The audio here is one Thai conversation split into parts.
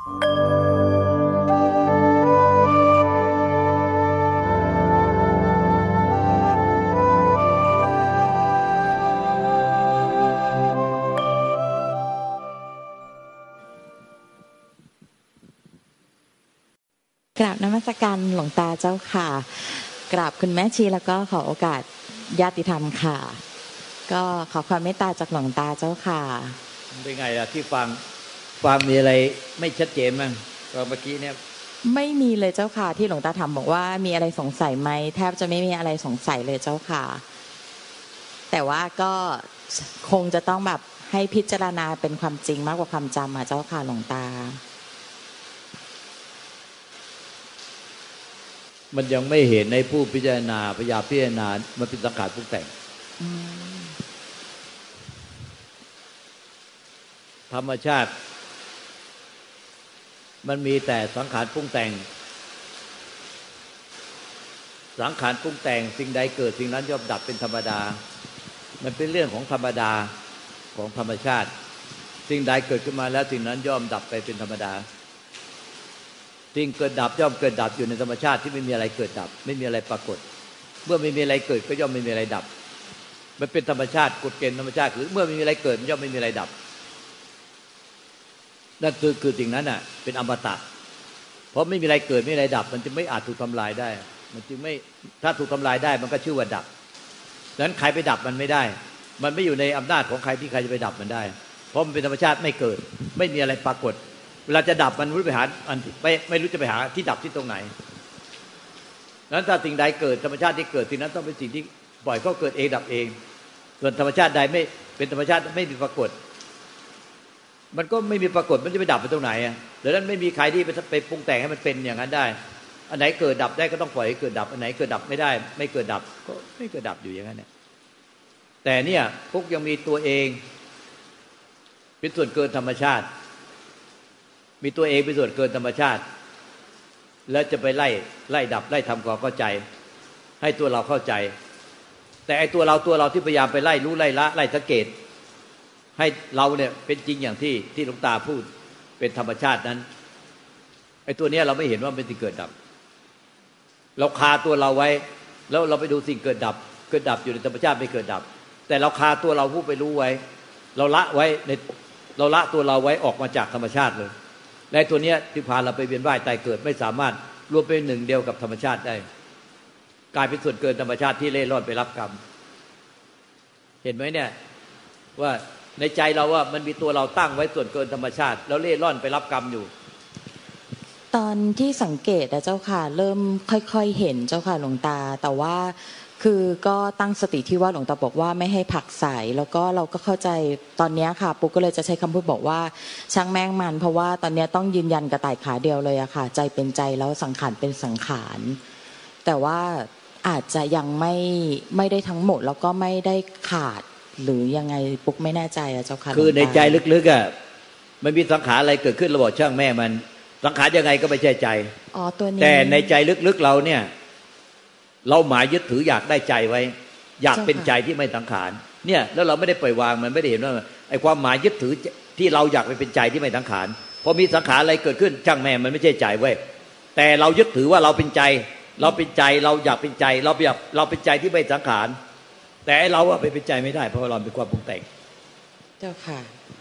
กราบนมัสการหลวงตาเจ้าค่ะกราบคุณแม่ชีแล้วก็ขอโอกาสญาติธรรมค่ะก็ขอความเมตตาจากหลวงตาเจ้าค่ะเป็นไงล่ะที่ฟังมีอะไรไม่ชัดเจนมั้งตอนเมื่อกี้เนี่ยไม่มีเลยเจ้าค่ะที่หลวงตาถามบอกว่ามีอะไรสงสัยไหมแทบจะไม่มีอะไรสงสัยเลยเจ้าค่ะแต่ว่าก็คงจะต้องแบบให้พิจารณาเป็นความจริงมากกว่าความจำเจ้าค่ะหลวงตามันยังไม่เห็นในผู้พิจารณาพยายามพิจารณามันเป็นสังขารปรุงแต่งธรรมชาติมันมีแต่สังขารปรุงแต่งสังขารปรุงแต่งสิ่งใดเกิดสิ่งนั้นย่อมดับเป็นธรรมดามันเป็นเรื่องของธรรมดาของธรรมชาติสิ่งใดเกิดขึ้นมาแล้วสิ่งนั้นย่อมดับไปเป็นธรรมดาสิ่งเกิดดับย่อมเกิดดับอยู่ในธรรมชาติที่ไม่มีอะไรเกิดดับไม่มีอะไรปรากฏเมื่อไม่มีอะไรเกิดก็ย่อมไม่มีอะไรดับมันเป็นธรรมชาติกฎเกณฑ์ธรรมชาติหรือเมื่อไม่มีอะไรเกิดย่อมไม่มีอะไรดับนั่นคือสิ่งนั้นน่ะเป็นอมตะเพราะไม่มีอะไรเกิดไม่มีอะไรดับมันจะไม่อาจถูกทำลายได้มันจึงไม่ถ้าถูกทำลายได้มันก็ชื่อว่าดับดังนั้นใครไปดับมันไม่ได้มันไม่อยู่ในอำนาจของใครที่ใครจะไปดับมันได้เพราะมันเป็นธรรมชาติไม่เกิดไม่มีอะไรปรากฏเวลาจะดับมันไม่รู้ไปหาไม่รู้จะไปหาที่ดับที่ตรงไหนนั้นถ้าสิ่งใดเกิดธรรมชาติที่เกิดสิ่งนั้นต้องเป็นสิ่งที่ปล่อยเขาเกิดเองดับเองส่วนธรรมชาติใดไม่เป็นธรรมชาติไม่มีปรากฏมันก็ไม่มีปรากฏมันจะไปดับไปตรงไหนดังนั้นไม่มีใครที่ไปปรุงแต่งให้มันเป็นอย่างนั้นได้อันไหนเกิดดับได้ก็ต้องปล่อยให้เกิดดับอันไหนเกิดดับไม่ได้ไม่เกิดดับก็ไม่เกิดดับอยู่อย่างนั้นแต่เนี่ยพวกยังมีตัวเองเป็นส่วนเกินธรรมชาติมีตัวเองเป็นส่วนเกินธรรมชาติแล้วจะไปไล่ดับไล่ทำความเข้าใจให้ตัวเราเข้าใจแต่ไอ้ตัวเราที่พยายามไปไล่รู้ไล่ละไล่สังเกตให้เราเนี่ยเป็นจริงอย่างที่หลวงตาพูดเป็นธรรมชาตินั้นไอ้ตัวเนี้ยเราไม่เห็นว่าเป็นสิ่งเกิดดับเราคาตัวเราไว้แล้วเราไปดูสิ่งเกิดดับอยู่ในธรรมชาติไม่เกิดดับแต่เราคาตัวเราผู้ไปรู้ไว้เราละไว้เราละตัวเราไว้ออกมาจากธรรมชาติเลยและตัวเนี้ยที่พาเราไปเวียนว่ายตายเกิดไม่สามารถรวมเป็นหนึ่งเดียวกับธรรมชาติได้กลายเป็นส่วนเกินธรรมชาติที่เล่ร่อนไปรับกรรมเห็นไหมเนี่ยว่าในใจเราว่ามันมีตัวเราตั้งไว้ส่วนเกินธรรมชาติแล้วเล่ร่อนไปรับกรรมอยู่ตอนที่สังเกตเจ้าค่ะเริ่มค่อยๆเห็นเจ้าค่ะหลวงตาแต่ว่าคือก็ตั้งสติที่ว่าหลวงตาบอกว่าไม่ให้ผลักไสแล้วก็เราก็เข้าใจตอนนี้ค่ะปุ๊กก็เลยจะใช้คำพูดบอกว่าช่างแม่งมันเพราะว่าตอนนี้ต้องยืนยันกระต่ายขาเดียวเลยอะค่ะใจเป็นใจแล้วสังขารเป็นสังขารแต่ว่าอาจจะยังไม่ได้ทั้งหมดแล้วก็ไม่ได้ขาดหรือยังไงปุ๊กไม่แน่ใจอะเจ้าค่ะคือในใจลึกๆอะมันมีสังขารอะไรเกิดขึ้นเราบอกช่างแม่มันสังขารยังไงก็ไม่ใช่ใจตัวนี้แต่ในใจลึกๆเราเนี่ยเราหมายยึดถืออยากได้ใจไว้อยากเป็นใจที่ไม่สังขารเนี่ยแล้วเราไม่ได้ปล่อยวางมันไม่ได้เห็นว่าไอ้ความหมายยึดถือที่เราอยากไปเป็นใจที่ไม่สังขารพอมีสังขารอะไรเกิดขึ้นช่างแม่มันไม่ใช่ใจไว้แต่เรายึดถือว่าเราเป็นใจเราเป็นใจเราอยากเป็นใจเราเป็นใจที่ไม่สังขารแต่เราอะไปเป็นใจไม่ได้เพราะเราเป็นความปรุงแต่งเจ้าค่ะ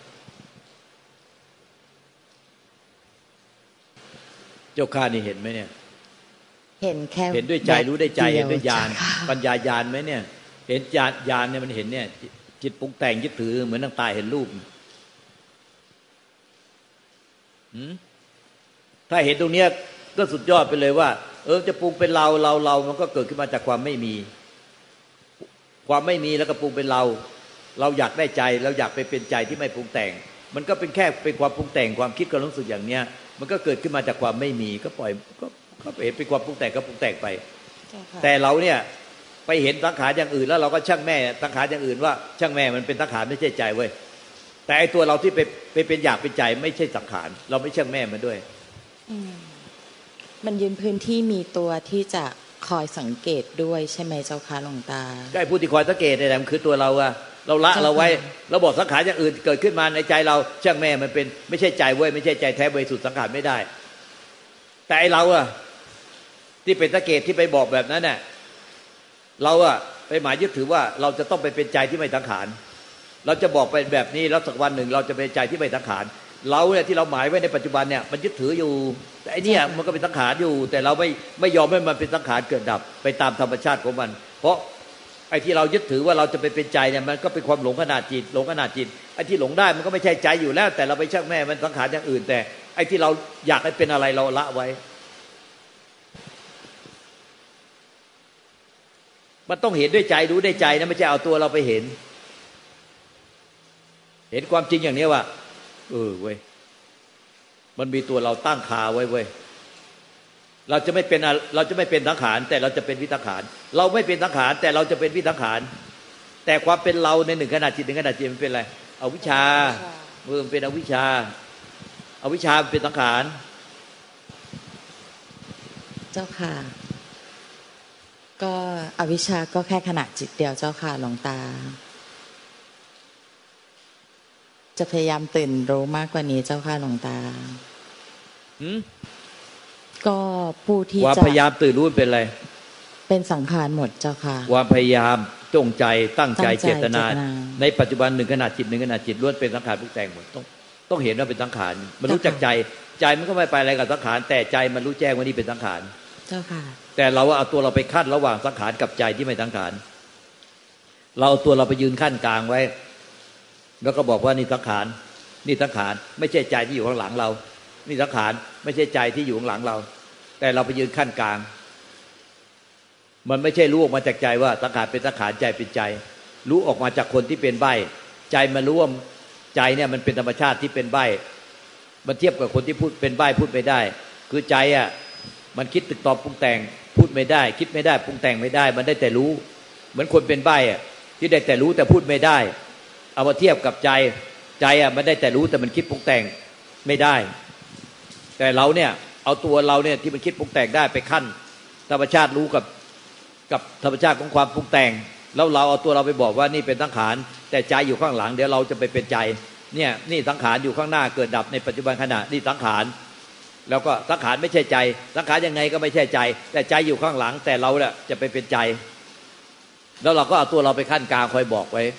เจ้าข้านี่เห็นไหมเนี่ยเห็นแค่เห็นด้วยใจรู้ได้ใจเห็นด้วยญาณปัญญาญาณไหมเนี่ยเห็นญาณเนี่ยมันเห็นเนี่ยจิตปรุงแต่งยึดถือเหมือนนางตายเห็นรูปถ้าเห็นตรงเนี้ยก็สุดยอดไปเลยว่าจะปรุงเป็นเรามันก็เกิดขึ้นมาจากความไม่มีแล้วก็ปรุงเป็นเราอยากได้ใจเราอยากไปเป็นใจที่ไม่ปรุงแต่งมันก็เป็นแค่เป็นความปรุงแต่งความคิดความรู้สึกอย่างเนี้ยมันก็เกิดขึ้นมาจากความไม่มีก็ปล่อยก็เห็นเป็นความปรุงแต่งก็ปรุงแต่งไปแต่เราเนี่ยไปเห็นสังขารอย่างอื่นแล้วเราก็ช่างแม่สังขารอย่างอื่นว่าช่างแม่มันเป็นสังขารไม่ใช่ใจเว้ยแต่ไอตัวเราที่ไปเป็นอยากเป็นใจไม่ใช่สังขารเราไม่ช่างแม่มันด้วยมันยืนพื้นที่มีตัวที่จะคอยสังเกตด้วยใช่ไหมเจ้าค่ะหลวงตาใช่ผู้ที่คอยสังเกตเนี่ยมันคือตัวเราอะเราละเราไว้เราบอกสังขารอย่างอื่นเกิดขึ้นมาในใจเราช่างแม่มันเป็นไม่ใช่ใจเว้ยไม่ใช่ใจแท้บริสุทธิ์สังขารไม่ได้แต่ไอเราอะที่เป็นตะเกตที่ไปบอกแบบนั้นน่ะเราอะไปหมายยึดถือว่าเราจะต้องไปเป็นใจที่ไม่สังขารเราจะบอกไปแบบนี้แล้วสักวันหนึ่งเราจะเป็นใจที่ไม่สังขารเราเนี่ยที่เราหมายไว้ในปัจจุบันเนี่ยมันยึดถืออยู่แต่ไอเนี่ยมันก็เป็นสังขารอยู่แต่เราไม่ยอมให้มันเป็นสังขารเกิดดับไปตามธรรมชาติของมันเพราะไอ้ที่เรายึดถือว่าเราจะไปเป็นใจเนี่ยมันก็เป็นความหลงขนาดจิตหลงขนาดจิตไอ้ที่หลงได้มันก็ไม่ใช่ใจอยู่แล้วแต่เราไปชักแม่มันสังขารอย่างอื่นแต่ไอ้ที่เราอยากให้เป็นอะไรเราละไว้มันต้องเห็นด้วยใจรู้ด้วยใจนะไม่ใช่เอาตัวเราไปเห็นความจริงอย่างนี้ว่าเว้ยมันมีตัวเราตั้งคาไว้เว้ยเราจะไม่เป็นสังขารแต่เราจะเป็นวิสังขารเราไม่เป็นสังขารแต่เราจะเป็นวิสังขารแต่ความเป็นเราในหนึ่งขณะจิตหนึ่งขณะจิตมันเป็นอะไรอวิชชามันเป็นอวิชชาเป็นสังขารเจ้าค่ะก็อวิชชาก็แค่ขณะจิตเดียวเจ้าค่ะหลวงตาจะพยายามตื่นรู้มากกว่านี้เจ้าค่ะหลวงตาก็ผู้ที่จะความพยายามตื่นรู้เป็นอะไรเป็นสังขารหมดเจ้าค่ะความพยายามจงใจตั้งใจเจตนาในปัจจุบันหนึ่งขณะจิตหนึ่งขณะจิตล้วนเป็นสังขารปรุงแต่งหมดต้องเห็นว่าเป็นสังขารมันรู้จักใจมันก็ไม่ไปอะไรกับสังขารแต่ใจมันรู้แจ้งว่านี่เป็นสังขารเจ้าค่ะแต่เราเอาตัวเราไปขั้นระหว่างสังขารกับใจที่ไม่สังขารเราเอาตัวเราไปยืนขั้นกลางไว้แล้วก็บอกว่านี่สังขารไม่ใช่ใจที่อยู่ข้างหลังเรานี่สังขารไม่ใช่ใจที่อยู่ข้างหลังเราแต่เราไปยืนขั้นกลางมันไม่ใช่รู้ออกมาจากใจว่าสังขารเป็นสังขารใจเป็นใจรู้ออกมาจากคนที่เป็นใบ้ใจมันรู้ว่าใจเนี่ยมันเป็นธรรมชาติที่เป็นใบ้มันเทียบกับคนที่พูดเป็นใบ้พูดไม่ได้คือใจอ่ะมันคิดตึกตอบปรุงแต่งพูดไม่ได้คิดไม่ได้ปรุงแต่งไม่ได้มันได้แต่รู้เหมือนคนเป็นใบ้อ่ะที่ได้แต่รู้แต่พูดไม่ได้เอามาเทียบกับใจอ่ะมันได้แต่รู้แต่มันคิดปรุงแต่งไม่ได้แต่เราเนี่ยเอาตัวเราเนี่ยที่มันคิดปรุงแต่งได้ไปขั้นธรรมชาติรู้กับธรรมชาติของความปรุงแต่งแล้วเราเอาตัวเราไปบอกว่านี่เป็นสังขารแต่ใจอยู่ข้างหลังเดี๋ยวเราจะไปเป็นใจเนี่ยนี่สังขารอยู่ข้างหน้าเกิดดับในปัจจุบันขณะนี่สังขารแล้วก็สังขารไม่ใช่ใจสังขารยังไงก็ไม่ใช่ใจแต่ใจอยู่ข้างหลังแต่เราเนี่ยจะไปเป็นใจแล้วเราก็เอาตัวเราไปขั้นกลางคอยบอกไว้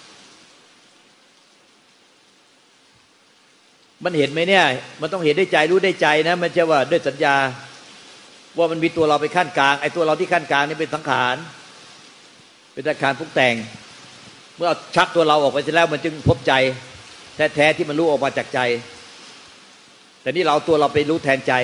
มันเห็นไหมเนี่ยมันต้องเห็นด้วยใจรู้ด้วยใจนะมันจะว่าด้วยสัญญาว่ามันมีตัวเราไปขั้นกลางไอ้ตัวเราที่ขั้นกลางนี่เป็นสังขารเป็นสังขารปรุงแต่งเมื่อชักตัวเราออกไปเสร็จแล้วมันจึงพบใจแท้ๆที่มันรู้ออกมาจากใจแต่นี่เราตัวเราไปรู้แทนใจ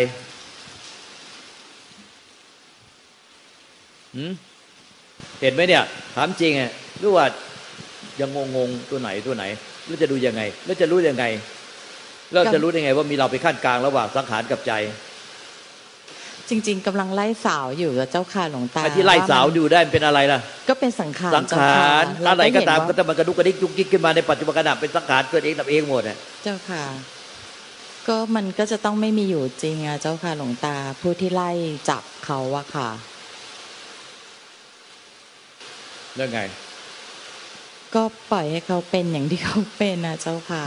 เห็นไหมเนี่ยถามจริงอ่ะหรือว่ายังงงตัวไหนแล้วจะดูยังไงแล้วจะรู้ยังไงเราจะรู้ได้ไงว่ามีเราไปขั้นกลางระหว่างสังขารกับใจจริงๆกำลังไล่สาวอยู่เจ้าค่ะหลวงตาที่ไล่สาวอยู่ได้เป็นอะไรล่ะก็เป็นสังขารอะไรก็ตามก็แต่มันกระดุกกระดิกจุกจิกขึ้นมาในปัจจุบันขณะเป็นสังขารเกิดเองดับเองหมดอ่ะเจ้าค่ะก็มันก็จะต้องไม่มีอยู่จริงอ่ะเจ้าค่ะหลวงตาผู้ที่ไล่จับเขาอะค่ะเรื่องไงก็ปล่อยให้เขาเป็นอย่างที่เขาเป็นนะเจ้าค่ะ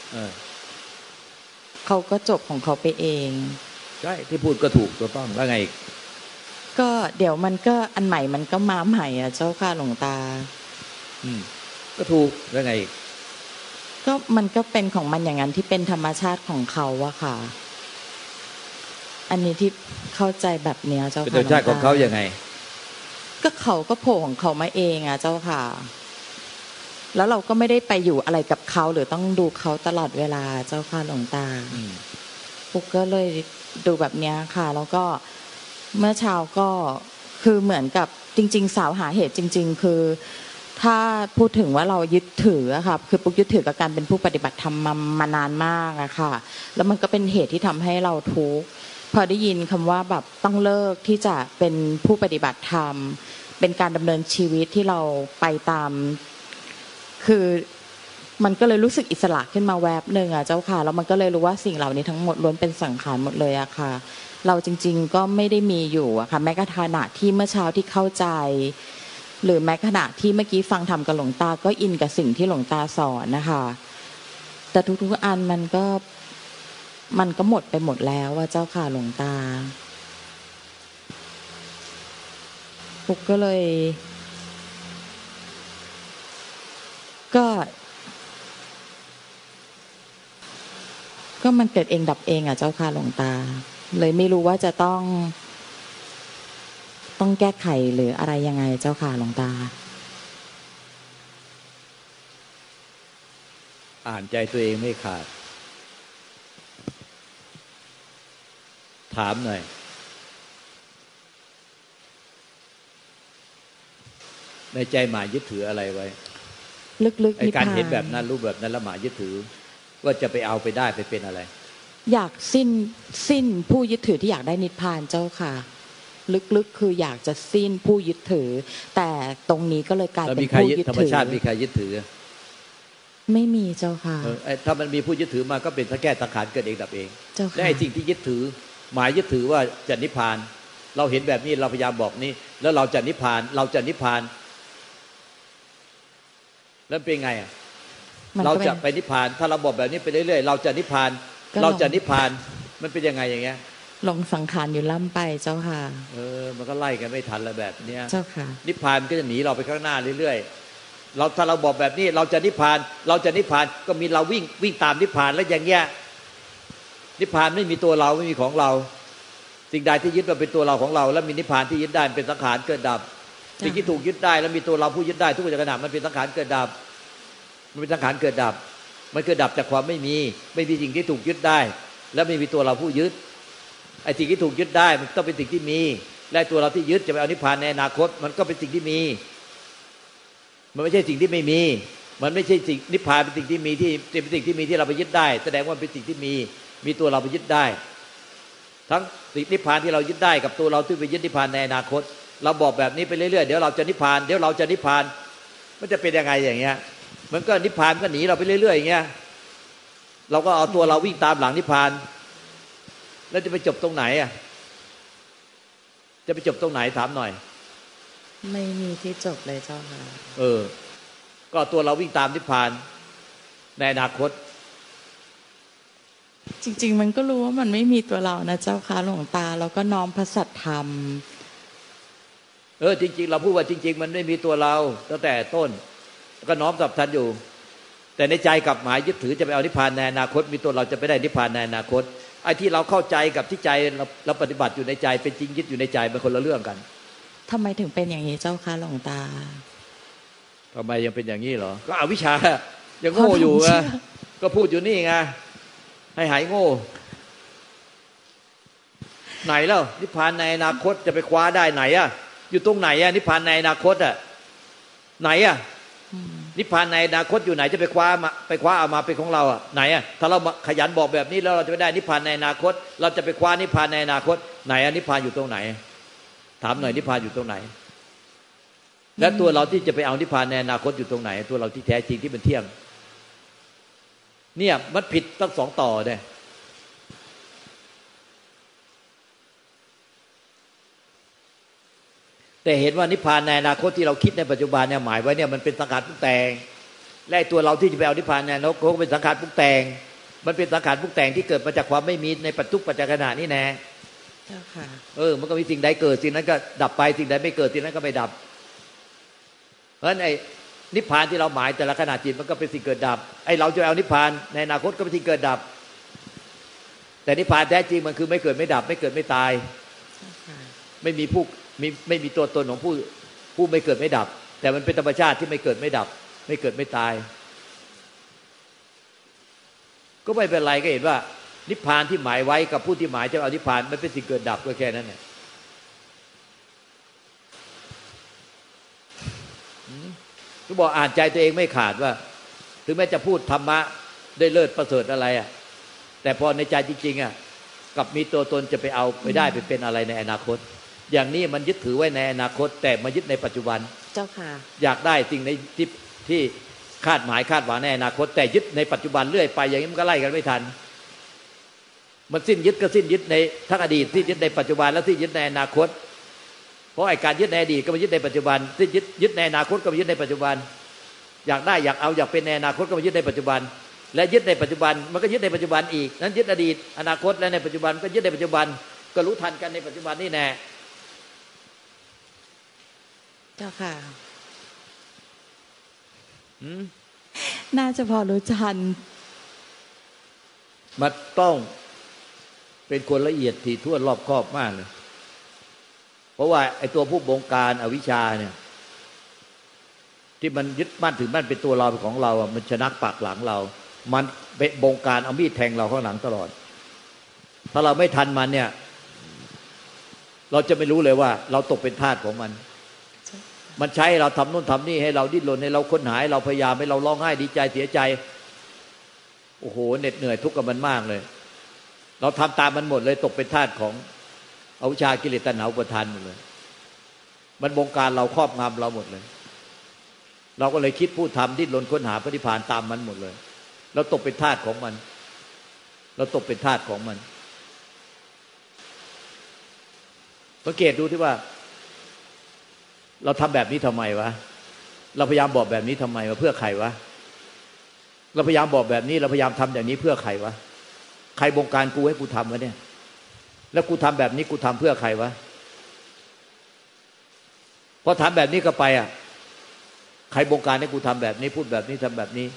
เขาก็จบของเขาไปเองใช่ที่พูดก็ถูกตัวต้องแล้วไงก็เดี๋ยวมันก็อันใหม่มันก็มาใหม่อ่ะเจ้าค่ะหลวงตาก็ถูกแล้วไงก็มันก็เป็นของมันอย่างนั้นที่เป็นธรรมชาติของเขาอะค่ะอันนี้ที่เข้าใจแบบเนี้ยเจ้าค่ะเป็นธรรมชาติของเขายังไงก็เขาก็โผล่ของเขามาเองอะเจ้าค่ะแล้วเราก็ไม่ได้ไปอยู่อะไรกับเขาหรือต้องดูเขาตลอดเวลาเจ้าค่ะหลวงตาปุ๊กก็เลยดูแบบเนี้ยค่ะแล้วก็เมื่อเช้าก็คือเหมือนกับจริงๆสาวหาเหตุจริงๆคือถ้าพูดถึงว่าเรายึดถืออะค่ะคือปุ๊กยึดถือกับการเป็นผู้ปฏิบัติธรรมมานานมากอะค่ะแล้วมันก็เป็นเหตุที่ทำให้เราทุกข์พอได้ยินคำว่าแบบต้องเลิกที่จะเป็นผู้ปฏิบัติธรรมเป็นการดำเนินชีวิตที่เราไปตามคือมันก็เลยรู้สึกอิสระขึ้นมาแวบหนึ่งอะเจ้าค่ะแล้วมันก็เลยรู้ว่าสิ่งเหล่านี้ทั้งหมดล้วนเป็นสังขารหมดเลยอะค่ะเราจริงๆก็ไม่ได้มีอยู่อะค่ะแม้กระทั่งขณะที่เมื่อเช้าที่เข้าใจหรือแม้ขณะที่เมื่อกี้ฟังธรรมกับหลวงตาก็อินกับสิ่งที่หลวงตาสอนนะคะแต่ทุกๆอันมันก็หมดไปหมดแล้วว่าเจ้าค่ะหลวงตาปุกก็เลยก็มันเกิดเองดับเองอ่ะเจ้าค่ะหลวงตาเลยไม่รู้ว่าจะต้องแก้ไขหรืออะไรยังไงเจ้าค่ะหลวงตาอ่านใจตัวเองไม่ขาดถามหน่อยในใจหมายยึดถืออะไรไว้ลึกๆไอ้การเห็นแบบนั้นรูปแบบนั้นละหมายยึดถือว่าจะไปเอาไปได้ไปเป็นอะไรอยากสิ้นผู้ยึดถือที่อยากได้นิพพานเจ้าค่ะลึกๆคืออยากจะสิ้นผู้ยึดถือแต่ตรงนี้ก็เลยกลายเป็นผู้ยึดถือธรรมชาติมีใครยึดถือไม่มีเจ้าค่ะถ้ามันมีผู้ยึดถือมาก็เป็นแค่สังขารเกิดเองดับเองและไอ้สิ่งที่ยึดถือหมายยึดถือว่าจะนิพพานเราเห็นแบบนี้เราพยายามบอกนี้แล้วเราจะนิพพานเราจะนิพพานแล้วเป็นไงอ่ะเราจะไปนิพพานถ้าเราบอกแบบนี้ไปเรื่อยๆเราจะนิพพานเราจะนิพพานมันเป็นยังไงอย่างเงี้ยลงสังขารอยู่ล่ำไปเจ้าค่ะมันก็ไล่กันไม่ทันแล้วแบบเนี้ยเจ้าค่ะนิพพานก็จะหนีเราไปข้างหน้าเรื่อยๆเราถ้าเราบอกแบบนี้เราจะนิพพานเราจะนิพพานก็มีเราวิ่งตามนิพพานแล้วอย่างเงี้ยนิพพานไม่มีตัวเราไม่มีของเราสิ่งใดที่ยึดมาเป็นตัวเราของเราแล้วมีนิพพานที่ยึดได้เป็นสังขารเกิดดับสิ่งที่ถูกยึดได้แล้วมีตัวเราผู้ยึดได้ทุกขณะมันเป็นสังขารเกิดดับมันเป็นสังขารเกิดดับมันเกิดดับจากความไม่มีสิ่งที่ถูกยึดได้แล้วไม่มีตัวเราผู้ยึดไอ้สิ่งที่ถูกยึดได้มันต้องเป็นสิ่งที่มีและตัวเราที่ยึดจะไปเอานิพพานในอนาคตมันก็เป็นสิ่งที่มีมันไม่ใช่สิ่งที่ไม่มีมันไม่ใช่สิ่งนิพพานเป็นสิ่งที่มีที่เป็นสิ่งที่มีที่เราไปยึดได้แสดงว่าเป็นสิ่งที่มีตัวเราไปยึดได้ทั้งสิ่งนิพพานที่เรายึดได้กับตัวเราที่ไปยึดนิพพานในอนาคตเราบอกแบบนี้ไปเรื่อยๆเดี๋ยวเราจะนิพพานเดี๋ยวเราจะนิพพานมันจะเป็นยังไงอย่างเงี้ยมันก็นิพพานก็หนีเราไปเรื่อยๆอย่างเงี้ยเราก็เอาตัวเราวิ่งตามหลังนิพพานแล้วจะไปจบตรงไหนอ่ะจะไปจบตรงไหนถามหน่อยไม่มีที่จบเลยเจ้าค่ะก็ตัวเราวิ่งตามนิพพานในอนาคตจริงๆมันก็รู้ว่ามันไม่มีตัวเรานะเจ้าค่ะหลวงตาเราก็น้อมพระสัทธรรมจริงๆเราพูดว่าจริงๆมันไม่มีตัวเราตั้งแต่ต้นก็น้อมสับทันอยู่แต่ในใจกับหมายยึดถือจะไปเอานิพพานในอนาคตมีตัวเราจะไปได้นิพพานในอนาคตไอ้ที่เราเข้าใจกับที่ใจเราปฏิบัติอยู่ในใจเป็นจริงยึดอยู่ในใจเป็นคนละเรื่องกันทำไมถึงเป็นอย่างนี้เจ้าค่ะหลวงตาทำไมยังเป็นอย่างนี้เหรอก็อวิชชายังโง่อยู่ไงก็พูดอยู่นี่ไงให้หายโง่ไหนแล้วนิพพานในอนาคตจะไปคว้าได้ไหนอ่ะอยู่ตรงไหนอ่ะนิพพานในอนาคตอ่ะไหนอ่ะนิพพานในอนาคตอยู่ไหนจะไปคว้าเอามาเป็นของเราอ่ะไหนอ่ะถ้าเราขยันบอกแบบนี้แล้วเราจะไปได้นิพพานในอนาคตเราจะไปคว้านิพพานในอนาคตไหนอ่ะนิพพานอยู่ตรงไหนถามหน่อยนิพพานอยู่ตรงไหนและตัวเราที่จะไปเอานิพพานในอนาคตอยู่ตรงไหนตัวเราที่แท้จริงที่เป็นเที่ยงเนี่ยมันผิดตั้งสองต่อเนี่ยแต่เห็นว่านิพพานในอนาคตที่เราคิดในปัจจุบันเนี่ยหมายไว้เนี่ยมันเป็นสังขารปรุงแต่งและตัวเราที่จะไปเอานิพพานในอนาคตก็เป็นสังขารปรุงแต่งมันเป็นสังขารปรุงแต่งที่เกิดมาจากความไม่มีในปัจจุบันปัจจุบันขณะนี้แน่เจ้าค่ะมันก็มีสิ่งใดเกิดสิ่งนั้นก็ดับไปสิ่งใดไม่เกิดสิ่งนั้นก็ไม่ดับเพราะฉะนั้นไอ้นิพพานที่เราหมายแต่ละขณะจิตมันก็เป็นสิ่งเกิดดับไอ้เราจะเอานิพพานในอนาคตก็เป็นสิ่งเกิดดับแต่นิพพานแท้จริงมันคือไม่เกิดไม่ดับไม่เกิดไม่ตายไม่มีไม่มีตัวตนของผู้ไม่เกิดไม่ดับแต่มันเป็นธรรมชาติที่ไม่เกิดไม่ดับไม่เกิดไม่ตายก็ไม่เป็นไรก็เห็นว่านิพพานที่หมายไว้กับผู้ที่หมายจะเอานิพพานมันเป็นสิ่งเกิดดับก็แค่นั้นเนี่ยก็บอกอ่านใจตัวเองไม่ขาดว่าถึงแม้จะพูดธรรมะได้เลิศประเสริฐอะไรอ่ะแต่พอในใจจริงๆอ่ะกับมีตัวตนจะไปเอาไปได้ไปเป็นอะไรในอนาคตอย่างนี้มันยึดถือไว้ในอนาคตแต่มายึดในปัจจุบันเจ้าค่ะอยากได้สิ่งในที่คาดหมายคาดหวังในอนาคตแต่ยึดในปัจจุบันเรื่อยไปอย่างนี้มันก็ไล่กันไม่ทันมันสิ้นยึดก็สิ้นยึดในทั้งอดีตที่ยึดในปัจจุบันและที่ยึดในอนาคตเพราะไอ้การยึดในอดีตก็มายึดในปัจจุบันที่ยึดในอนาคตก็มายึดในปัจจุบันอยากได้อยากเอาอยากเป็นในอนาคตก็มายึดในปัจจุบันและยึดในปัจจุบันมันก็ยึดในปัจจุบันอีกนั้นยึดอดีตอนาคตและในปัจจุบันก็ยึดในปัจจุบันก็รู้ทันกันในปัจจุบันนี่แน่เจ้าค่ะน่าจะพอรู้ทันมันต้องเป็นคนละเอียดถี่ถ้วนรอบคอบมากเลยเพราะว่าไอ้ตัวผู้บงการอวิชชาเนี่ยที่มันยึดมั่นถือมั่นเป็นตัวเราเป็นของเราอ่ะมันชนะปักหลังเรามันบงการเอามีดแทงเราข้างหลังตลอดถ้าเราไม่ทันมันเนี่ยเราจะไม่รู้เลยว่าเราตกเป็นทาสของมันมันใช้เราทำนู่นทำนี่ให้เราดิ้นรนให้เราค้นหาให้เราพยายามให้เราร้องไห้ดีใจเสียใจโอ้โหเหน็ดเหนื่อยทุกข์กับมันมากเลยเราทำตามมันหมดเลยตกเป็นทาสของอวิชชากิเลสตัณหาอุปาทานหมดเลยมันบงการเราครอบงำเราหมดเลยเราก็เลยคิดพูดทำดิ้นรนค้นหาพระนิพพานตามมันหมดเลยเราตกเป็นทาสของมันเราตกเป็นทาสของมันสังเกตดูที่ว่าเราทำแบบนี้ทำไมวะเราพยายามบอกแบบนี้ทำไมวะเพื่อใครวะเราพยายามบอกแบบนี้เราพยายามทำอย่างนี้เพื่อใครวะใครบงการกูให้กูทำวะเนี่ยแล้วกูทำแบบนี้กูทำเพื่อใครวะพอทำแบบนี้ก็ไปอ่ะใครบงการให้กูทำแบบนี้พูดแบบนี้ทำแบบนี้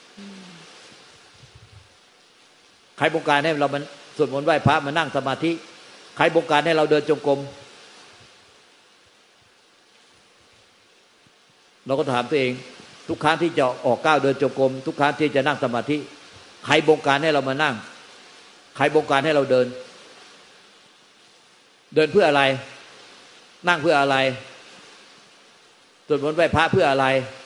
ใครบงการให้เรามันสวดมนต์ไหว้พระมานั่งสมาธิใครบงการให้เราเดินจงกรมเราก็ถามตัวเองทุกครั้งที่จะออกก้าวเดินจงกรมทุกครั้งที่จะนั่งสมาธิใครบงการให้เรามานั่งใครบงการให้เราเดินเพื่ออะไรนั่งเพื่ออะไรสวดมนต์ไหว้พระเพื่ออะไร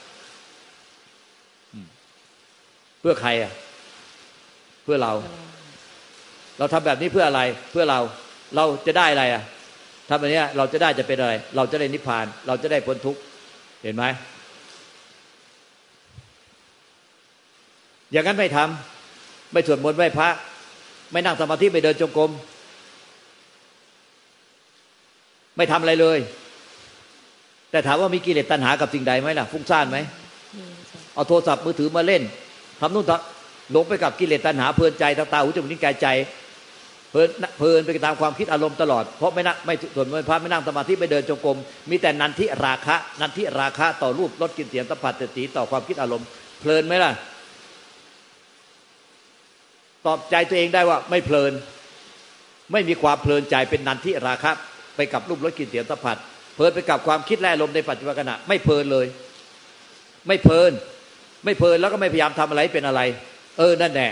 เพื่อใครอ่ะเพื่อเราทำแบบนี้เพื่ออะไรเพื่อเราจะได้อะไรอ่ะทำแบบนี้เราจะได้จะเป็นอะไรเราจะได้นิพพานเราจะได้พ้นทุกข์เห็นไหมอย่างนั้นไม่ทำไม่สวดมนต์ไหว้พระไม่นั่งสมาธิไม่เดินจงกรมไม่ทำอะไรเลยแต่ถามว่ามีกิเลสตัณหากับสิ่งใดไหมล่ะฟุ้งซ่านไหมเอาโทรศัพท์มือถือมาเล่นทำนู่นหลงไปกับกิเลสตัณหาเพลินใจตาหูจมูกลิ้นกายใจเพลินไปตามความคิดอารมณ์ตลอดเพราะไม่สวดมนต์พระไม่นั่งสมาธิไม่เดินจงกรมมีแต่นันทิราคะต่อรูปรสกลิ่นเสียงสัมผัสสีต่อความคิดอารมณ์เพลินไหมล่ะตอบใจตัวเองได้ว่าไม่เพลินไม่มีความเพลินใจเป็นนันทิราคะไปกับรูปรสกลิ่นเสียงสัมผัสเพลินไปกับความคิดและอารมณ์ในปัจจุบันขณะไม่เพลินเลยไม่เพลินแล้วก็ไม่พยายามทำอะไรเป็นอะไรนั่นแหละ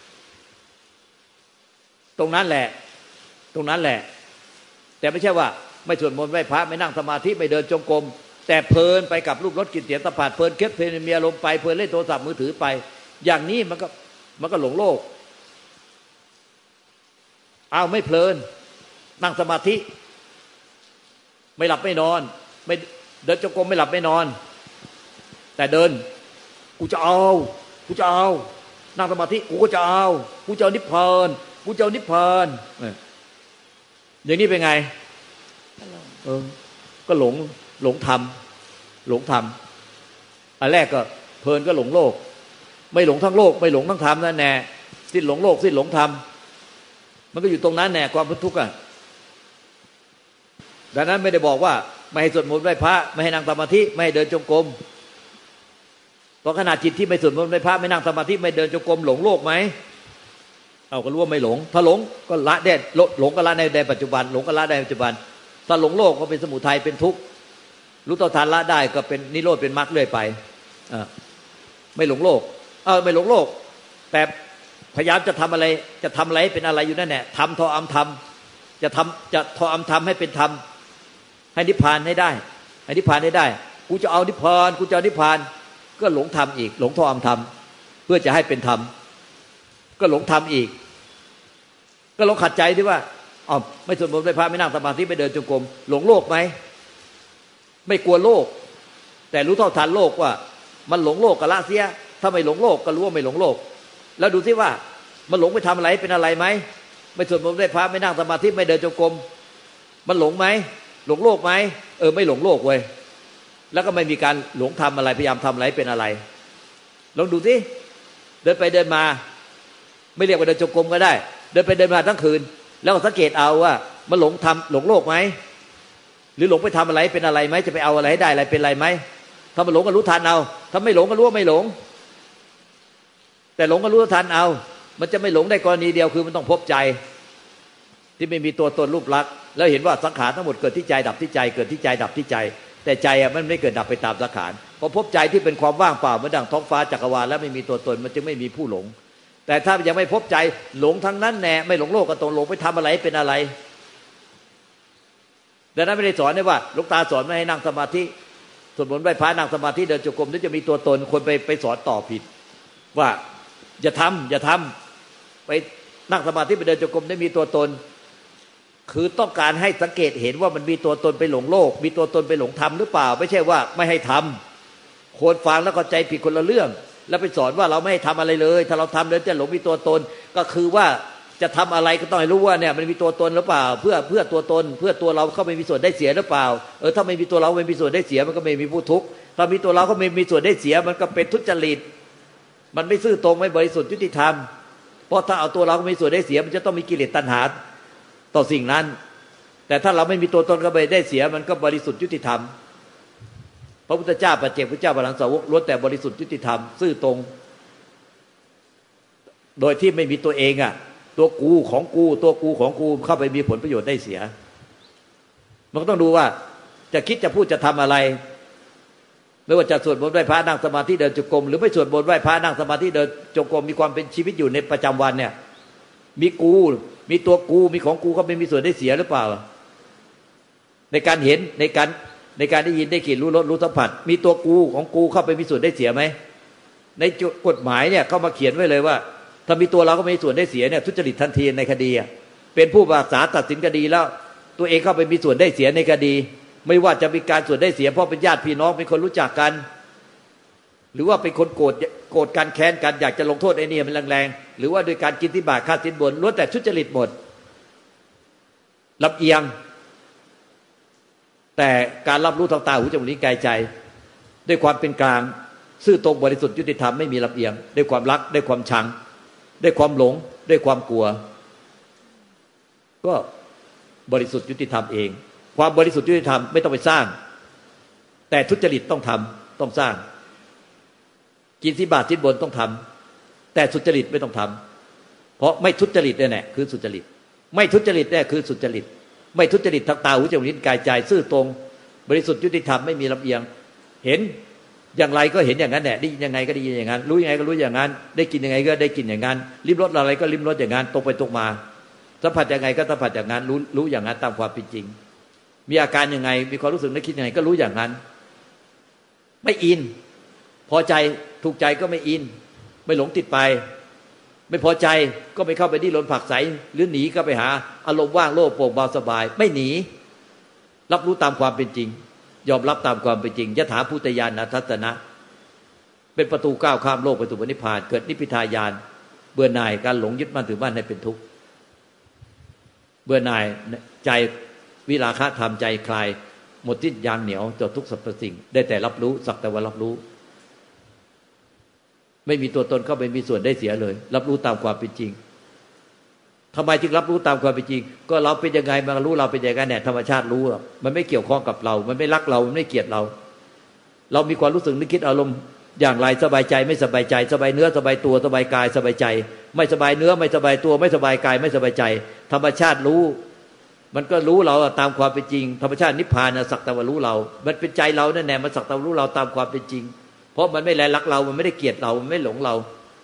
ตรงนั้นแหละแต่ไม่ใช่ว่าไม่สวดมนต์ไหว้พระไม่นั่งสมาธิไม่เดินจงกรมแต่เพลินไปกับรูปรสกลิ่นเสียงสัมผัสเพลินเพลินมีอารมณ์ไปเพลินเล่นโทรศัพท์มือถือไปอย่างนี้มันก็หลงโลกไม่เพลินนั่งสมาธิไม่หลับไม่นอนไม่เดินจงกรมไม่หลับไม่นอนแต่เดินกูจะเอานั่งสมาธิกูจะเอานิพพานอย่างนี้เป็นไงก็หลงธรรมอันแรกก็เพลินก็หลงโลกไม่หลงทั้งโลกไม่หลงทั้งธรรมนั่นแน่สิ้นหลงโลกสิ้นหลงธรรมมันก็อยู่ตรงนั้นแน่ความพ้นทุกข์อ่ะดังนั้นไม่ได้บอกว่าไม่ให้สวดมนต์ไหว้พระไม่ให้นั่งสมาธิไม่ให้เดินจงกรมเพราะขณะจิตที่ไม่สวดมนต์ไหว้พระไม่นั่งสมาธิไม่เดินจงกรมหลงโลกไหมก็รู้ว่าไม่หลงถ้าหลงก็ละได้หลงก็ละในปัจจุบันหลงก็ละในปัจจุบันถ้าหลงโลกก็เป็นสมุทัยเป็นทุกข์รู้ต่อทานละได้ก็เป็นนิโรธเป็นมรรคเรื่อยไปไม่หลงโลกไม่หลงโลกแต่พยายามจะทำอะไรเป็นอะไรอยู่นั่นแหละทำทออำทำจะทออำทำให้เป็นธรรมให้นิพพานให้ได้กูจะเอานิพพานก็หลงธรรมอีกหลงทออำทำเพื่อจะให้เป็นธรรมก็หลงธรรมอีกก็หลงขัดใจที่ว่าไม่สวดมนต์ไหว้พระไม่นั่งสมาธิไม่เดินจงกรมหลงโลกไหมไม่กลัวโลกแต่รู้เท่าทันโลกว่ามันหลงโลกก็ละเสียถ้าไม่หลงโลกก็รู้ว่าไม่หลงโลกแล้วดูซิว่ามันหลงไปทำอะไรเป็นอะไรไหมไม่สวดมนต์ไหว้พระไม่นั่งสมาธิไม่เดินจงกรมมันหลงไหมหลงโลกไหมไม่หลงโลกเว้ยแล้วก็ไม่มีการหลงทำอะไรพยายามทำอะไรเป็นอะไรลองดูสิเดินไปเดินมาไม่เรียกว่าเดินจงกรมก็ได้เดินไปเดินมาทั้งคืนแล้วสังเกตเอาว่ามันหลงโลกไหมหรือหลงไปทำอะไรเป็นอะไรไหมจะไปเอาอะไรให้ได้อะไรเป็นอะไรไหมถ้ามันหลงก็รู้ทันเอาถ้าไม่หลงก็รู้ว่าไม่หลงแต่หลงก็รู้ทันเอามันจะไม่หลงได้กรณีเดียวคือมันต้องพบใจที่ไม่มีตัวตนรูปลักษณ์แล้วเห็นว่าสังขารทั้งหมดเกิดที่ใจดับที่ใจเกิดที่ใจดับที่ใจแต่ใจมันไม่เกิดดับไปตามสังขารพอพบใจที่เป็นความว่างเปล่าเหมือนดังท้องฟ้าจักรวาลแล้วไม่มีตัวตนมันจึงไม่มีผู้หลงแต่ถ้ายังไม่พบใจหลงทั้งนั้นแน่ไม่หลงโลกก็ตรงหลงไปทำอะไรเป็นอะไรดังนั้นไม่ได้สอนได้ว่าหลวงตาสอนไม่ให้นั่งสมาธิสวดมนต์ไหว้พระนั่งสมาธิเดินจงกรมนี่จะมีตัวตนคนไปสอนต่อผิดว่าอย่าทำไปนั่งสมาธิไปเดินจงกรมได้มีตัวตนคือต้องการให้สังเกตเห็นว่ามันมีตัวตนไปหลงโลกมีตัวตนไปหลงธรรมหรือเปล่าไม่ใช่ว่าไม่ให้ทำคนฟังแล้วก็ใจผิดคนละเรื่องแล้วไปสอนว่าเราไม่ให้ทำอะไรเลยถ้าเราทำแล้วจะหลงมีตัวตนก็คือว่าจะทำอะไรก็ต้องให้รู้ว่าเนี่ยมันมีตัวตนหรือเปล่าเพื่อตัวตนเพื่อตัวเราเข้าไม่มีส่วนได้เสียหรือเปล่าถ้าไม่มีตัวเราไม่มีส่วนได้เสียมันก็ไม่มีผู้ทุกข์ถ้ามีตัวเราก็ไม่มีส่วนได้เสียมันก็เป็นทุจริตมันไม่ซื่อตรงไม่บริสุทธิ์ยุติธรรมเพราะถ้าเอาตัวเราก็มีส่วนได้เสียมันจะต้องมีกิเลสตัณหาต่อสิ่งนั้นแต่ถ้าเราไม่มีตัวตนก็ไม่ได้เสียมันก็บริสุทธิ์ยุติธรรมพระพุทธเจ้าปัจเจกพุทธเจ้าพระอรหันตสาวกล้วนแต่บริสุทธิ์ยุติธรรมซื่อตรงโดยที่ไม่มีตัวเองตัวกูของกูตัวกูของกูเข้าไปมีผลประโยชน์ได้เสียมันก็ต้องดูว่าจะคิดจะพูดจะทำอะไรไม่ว่าจะสวดมนต์ไหว้พระนั่งสมาธิเดินจงกรมหรือไม่สวดมนต์ไหว้พระนั่งสมาธิเดินจงกรมมีความเป็นชีวิตอยู่ในประจำวันเนี่ยมีกูมีตัวกูมีของกูเขาไม่มีส่วนได้เสียหรือเปล่าในการเห็นในการได้ยินได้กลิ่นรู้รสรู้สัมผัสมีตัวกูของกูเข้าไปมีส่วนได้เสียไหมในกฎหมายเนี่ยเขามาเขียนไว้เลยว่าถ้ามีตัวเราก็มีส่วนได้เสียเนี่ยทุจริตทันทีในคดีเป็นผู้พิพากษาตัดสินคดีแล้วตัวเองเข้าไปมีส่วนได้เสียในคดีไม่ว่าจะมีการส่วนได้เสียเพราะเป็นญาติพี่น้องเป็นคนรู้จักกันหรือว่าเป็นคนโกรธกันแค้นกันอยากจะลงโทษไอ้นี่มันแรงๆหรือว่าโดยการกินที่บาทค่าสินบนล้วนแต่ทุจริตหมดลำเอียงแต่การรับรู้ทางตาหูจมูกลิ้นกายใจด้วยความเป็นกลางซื่อตรงบริสุทธิ์ยุติธรรมไม่มีลำเอียงด้วยความรักด้วยความชังด้วยความหลงด้วยความกลัวก็บริสุทธิ์ยุติธรรมเองความบริสุทธิ์ยุติธรรมไม่ต้องไปสร้างแต่ทุจริตต้องทำต้องสร้างกินที่บาทสินบนต้องทำแต่สุจริตไม่ต้องทำเพราะไม่ทุจริตเนี่ยแหละคือสุจริตไม่ทุจริตเนี่ยคือสุจริตไม่ทุจริตทางตาหูจมูกลิ้นกายใจซื่อตรงบริสุทธิ์ยุติธรรมไม่มีลำเอียงเห็นอย่างไรก็เห็นอย่างนั้นแหละได้ยินยังไงก็ได้ยินอย่างนั้นรู้ยังไงก็รู้อย่างนั้นได้กินยังไงก็ได้กินอย่างนั้นลิ้มรสอะไรก็ลิ้มรสอย่างนั้นตรงไปตรงมาสัมผัสยังไงก็สัมผัสอย่างนั้นรู้อย่างนั้นตามความเป็นจริงมีอาการยังไงมีความรู้สึกนึกคิดยังไงก็รู้อย่างนั้นไม่อินพอใจถูกใจก็ไม่อินไม่หลงติดไปไม่พอใจก็ไม่เข้าไปดิ้นรนผลักไสหรือหนีก็ไปหาอารมณ์ว่างโล่งโปร่งเบาสบายไม่หนีรับรู้ตามความเป็นจริงยอมรับตามความเป็นจริงยถาภูตญาณทัศนะเป็นประตูก้าวข้ามโลกไปสู่นิพพานเกิดนิพพิทายานเบื่อหน่ายการหลงยึดมั่นถือมั่นให้เป็นทุกข์เบื่อหน่ายใจวิราคะธรรมใจคลายหมดสิ้นยางเหนียวต่อทุกสรรพสิ่งได้แต่รับรู้สักแต่ว่ารับรู้ไม่มีตัวตนเข้าไปมีส่วนได้เสียเลยรับรู้ตามความเป็นจริงทำไมจึงรับรู้ตามความเป็นจริงก็เราเป็นยังไงมันรู้เราเป็นยังไงเนี่ยธรรมชาติรู้มันไม่เกี่ยวข้องกับเรามันไม่รักเรามันไม่เกลียดเราเรามีความรู้สึกนึกคิดอารมณ์อย่างไรสบายใจไม่สบายใจสบายเนื้อสบายตัวสบายกายสบายใจไม่สบายเนื้อไม่สบายตัวไม่สบายกายไม่สบายใจธรรมชาติรู้มันก็รู้เราตามความเป็นจริงธรรมชาตินิพพานสักแต่ว่ารู้เรามันเป็นใจเราแน่ๆมันสักแต่ว่ารู้เราตามความเป็นจริงเพราะมันไม่แลรักเรามันไม่ได้เกลียดเรามันไม่หลงเรา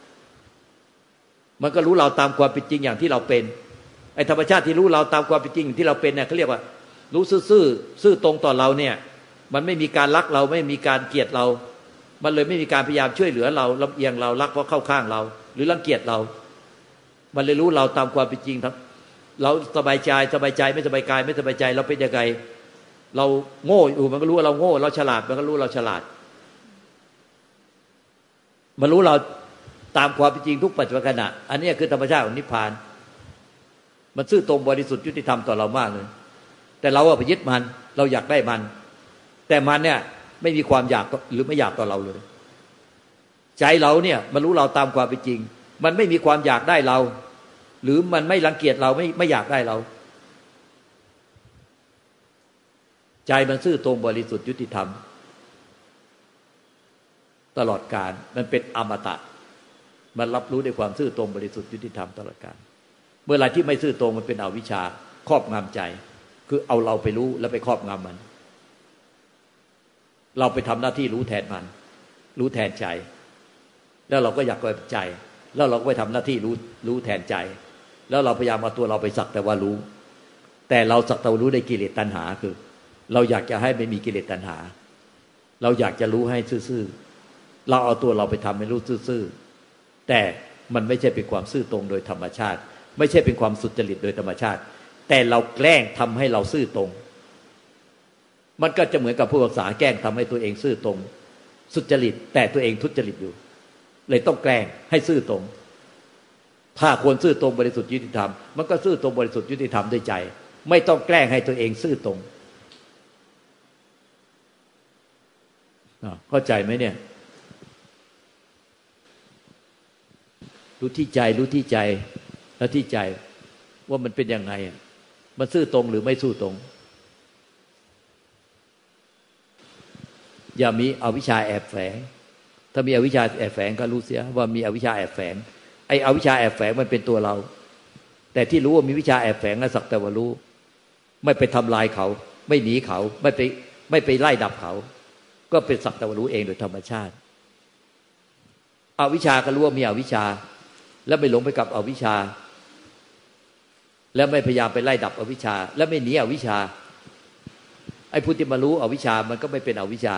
มันก็รู้เราตามความเป็นจริงอย่างที่เราเป็นไอ้ธรรมชาติที่รู้เราตามความเป็นจริงที่เราเป็นเนี่ยเขาเรียกว่ารู้ซื่อตรงต่อเราเนี่ยมันไม่มีการรักเราไม่มีการเกลียดเรามันเลยไม่มีการพยายามช่วยเหลือเราลำเอียงเรารักเพราะเข้าข้างเราหรือรังเกียจเรามันเลยรู้เราตามความเป็นจริงทั้งเราสบายใจไม่สบายกายไม่สบายใจเราเป็นยังไงเราโง่อยู่มันก็รู้ว่าเราโง่เราฉลาดมันก็รู้เราฉลาดมันรู้เราตามความเป็นจริงทุกปัจจุบันขณะอันนี้คือธรรมชาติของนิพพานมันซื่อตรงบริสุทธิ์ยุติธรรมต่อเรามากเลยแต่เราไปยึดมันเราอยากได้มันแต่มันเนี่ยไม่มีความอยากหรือไม่อยากต่อเราเลยใจเราเนี่ยมันรู้เราตามความเป็นจริงมันไม่มีความอยากได้เราหรือมันไม่รังเกียจเราไม่อยากได้เราใจมันซื่อตรงบริสุทธิ์ยุติธรรมตลอดกาลมันเป็นอมตะมันรับรู้ด้วยความซื่อตรงบริสุทธิ์ยุติธรรมตลอดกาลเมื่อไรที่ไม่ซื่อตรงมันเป็นอวิชชาครอบงำใจคือเอาเราไปรู้แล้วไปครอบงำมันเราไปทำหน้าที่รู้แทนมันรู้แทนใจแล้วเราก็อยากไปใจแล้วเราก็ไปทำหน้าที่รู้แทนใจแล้วเราพยายามเอาตัวเราไปสักแต่ว่ารู้แต่เราสักแต่ว่ารู้ในกิเลสตัณหาคือเราอยากจะให้ไม่มีกิเลสตัณหาเราอยากจะรู้ให้ซื่อๆเราเอาตัวเราไปทำให้รู้ซื่อๆแต่มันไม่ใช่เป็นความซื่อตรงโดยธรรมชาติไม่ใช่เป็นความสุจริตโดยธรรมชาติแต่เราแกล้งทำให้เราซื่อตรงมันก็จะเหมือนกับผู้ศึกษาแกล้งทำให้ตัวเองซื่อตรงสุจริตแต่ตัวเองทุจริตอยู่เลยต้องแกล้งให้ซื่อตรงถ้าควรซื่อตรงบริสุทธิ์ยุติธรรมมันก็ซื่อตรงบริสุทธิ์ยุติธรรมด้วยใจไม่ต้องแกล้งให้ตัวเองซื่อตรงเข้าใจไหมเนี่ยรู้ที่ใจรู้ที่ใจแล้วที่ใจว่ามันเป็นยังไงมันซื่อตรงหรือไม่ซื่อตรงอย่ามีอวิชชาแอบแฝงถ้ามีอวิชชาแอบแฝงก็รู้เสียว่ามีอวิชชาแอบแฝงไอ้อวิชชาแอบแฝงมันเป็นตัวเราแต่ที่รู้ว่ามีวิชาแอบแฝงแล้วสักแต่ว่ารู้ไม่ไปทำลายเขาไม่หนีเขาไม่ไปไล่ดับเขาก็เป็นสักแต่ว่ารู้เองโดยธรรมชาติอวิชชาก็รู้ว่ามีอวิชชาแล้วไม่หลงไปกับอวิชชาแล้วไม่พยายามไปไล่ดับอวิชชาแล้วไม่หนีอวิชชาไอ้ผู้ที่มารู้อวิชชามันก็ไม่เป็นอวิชชา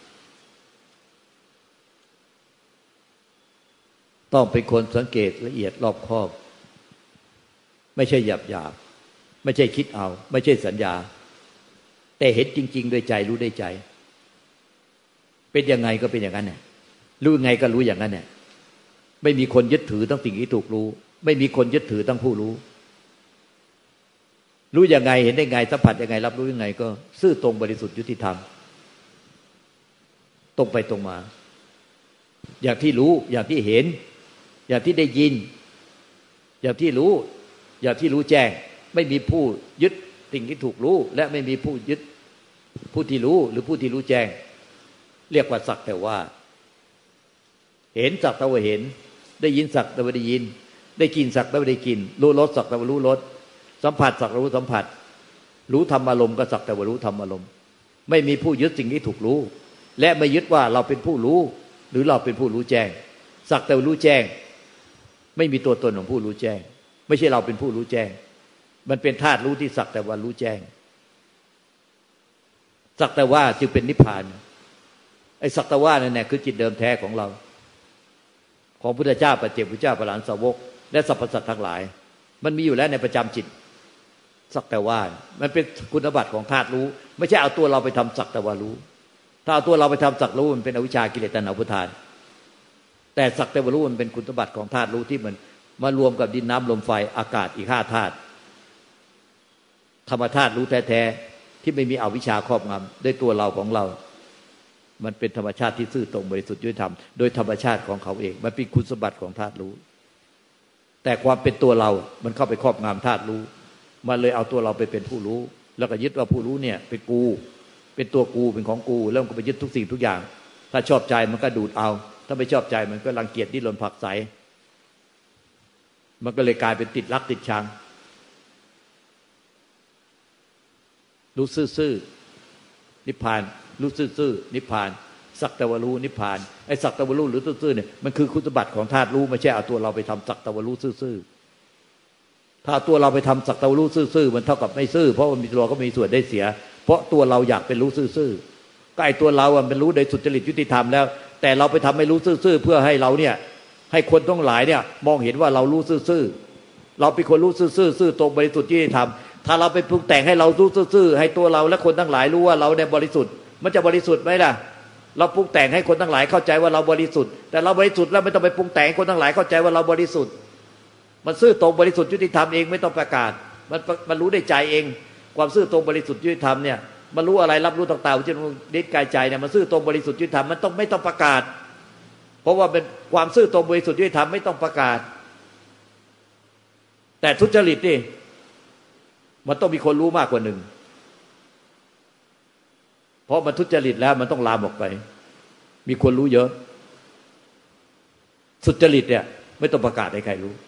ต้องเป็นคนสังเกตละเอียดรอบคอบไม่ใช่หยาบไม่ใช่คิดเอาไม่ใช่สัญญาแต่เห็นจริงๆด้วยใจรู้ด้วยใจเป็นยังไงก็เป็นอย่างนั้นเนี่ยรู้ยังไงก็รู้อย่างนั้นเนี่ยไม่มีคนยึดถือทั้งสิ่งที่ถูกรู้ไม่มีคนยึดถือทั้งผู้รู้รู้ยังไงเห็นได้ไงสัมผัสยังไงรับรู้ยังไงก็ซื่อตรงบริสุทธิ์ยุติธรรมตรงไปตรงมาอย่างที่รู้อย่างที่เห็นอย่างที่ได้ยินอย่างที่รู้อย่างที่รู้แจ้งไม่มีผู้ยึดสิ่งที่ถูกรู้และไม่มีผู้ยึดผู้ที่รู้หรือผู้ที่รู้แจ้งเรียกว่าสักแต่ว่าเห็นสักแต่ว่าเห็นได้ยินสักแต่ว่าได้ยินได้กินสักแต่ว่าได้กินรู้รสสักแต่ว่ารู้รสสัมผัสสักแต่ว่ารู้สัมผัสรู้ธรรมอารมณ์ก็สักแต่ว่ารู้ธรรมอารมณ์ไม่มีผู้ยึดสิ่งที่ถูกรู้และไม่ยึดว่าเราเป็นผู้รู้หรือเราเป็นผู้รู้แจ้งสักแต่ว่ารู้แจ้งไม่มีตัวตนของผู้รู้แจ้งไม่ใช่เราเป็นผู้รู้แจ้งมันเป็นธาตุรู้ที่สักแต่ว่ารู้แจ้งสักแต่ว่าจึงเป็นนิพพานไอ้สักแต่ว่านั่นแหละคือจิตเดิมแท้ของเราของพุทธเจ้าปัจเจกพุทธเจ้าพระอรหันตสาวกและสรรพสัตว์ทั้งหลายมันมีอยู่แล้วในประจำจิตสักแต่ว่ามันเป็นคุณสมบัติของธาตุรู้ไม่ใช่เอาตัวเราไปทำสักแต่ว่ารู้ถ้าเอาตัวเราไปทำสักรู้มันเป็นอวิชชากิเลสตัณหาอุปาทานแต่สักแต่ว่ารู้มันเป็นคุณสมบัติของธาตุรู้ที่มันมารวมกับดินน้ำลมไฟอากาศอีก5ธาตุธรรมธาตุรู้แท้ๆที่ไม่มีอวิชชาครอบงำด้วยตัวเราของเรามันเป็นธรรมชาติที่ซื่อตรงบริสุทธิ์ยุติธรรมโดยธรรมชาติของเขาเองมันเป็นคุณสมบัติของธาตุรู้แต่ความเป็นตัวเรามันเข้าไปครอบงำธาตุรู้มันเลยเอาตัวเราไปเป็นผู้รู้แล้วก็ยึดว่าผู้รู้เนี่ยเป็นกูเป็นตัวกูเป็นของกูแล้วมันก็ไปยึดทุกสิ่งทุกอย่างถ้าชอบใจมันก็ดูดเอาถ้าไม่ชอบใจมันก็รังเกียจดิ้นรนผลักไสมันก็เลยกลายเป็นติดรักติดชังรู้ซื่อๆนิพพานรู้ซื่อๆนิพพานสักแต่ว่ารู้นิพพานไอ้สักแต่ว่ารู้หรือซื่อๆเนี่ยมันคือคุณสมบัติของธาตุรู้ไม่ใช่เอาตัวเราไปทำสักแต่ว่ารู้ซื่อๆถ้าตัวเราไปทำสักแต่ว่ารู้ซื่อๆมันเท่ากับไม่ซื่อเพราะมันมีตัวก็มีส่วนได้เสียเพราะตัวเราอยากเป็นรู้ซื่อๆก็ไอ้ตัวเรามันรู้โดยสุจริตยุติธรรมแล้วแต่เราไปทำให้รู้ซื่อๆเพื่อให้เราเนี่ยให้คนทั้งหลายเนี่ยมองเห็นว่าเรารู้ซื่อๆเราเป็นคนรู้ซื่อๆซื่อตรงบริสุทธิ์ยุติธรรมถ้าเราไปปรุงแต่งให้เรารู้ซื่อๆให้ตัวเราและคนทั้งหลายรู้ว่าเราเนี่ยบริสุทธิ์มันจะบริสุทธิ์ไหมล่ะเราปรุงแต่งให้คนทั้งหลายเข้าใจว่าเราบริสุทธิ์แต่เราบริสุทธิ์แล้วไม่ต้องไปปรุงแต่งให้คนทั้งหลายเข้าใจว่าเราบริสุทธิ์มันซื่อตรงบริสุทธิ์ยุติธรรมเองไม่ต้องประกาศมันรู้ได้ใจเองความซื่อตรงบริสุทธิ์ยุติธรรมเนี่ยมันรู้อะไรรับรู้ต่างๆที่นิดกายใจเนี่ยมันซื่อตรงบริสุทธิ์ยุติธรรมมันต้องไม่ต้องประกาศเพราะว่าเป็นความซื่อตรงบริสุทธิ์ยุติธรรมไม่ต้องประกาศแต่ทุจริตนี่มันต้องมีคนรู้มากกว่าหนึ่งเพราะมันทุจริตแล้วมันต้องลามออกไปมีคนรู้เยอะสุจริตเนี่ยไม่ต้องประกาศให้ใครรู้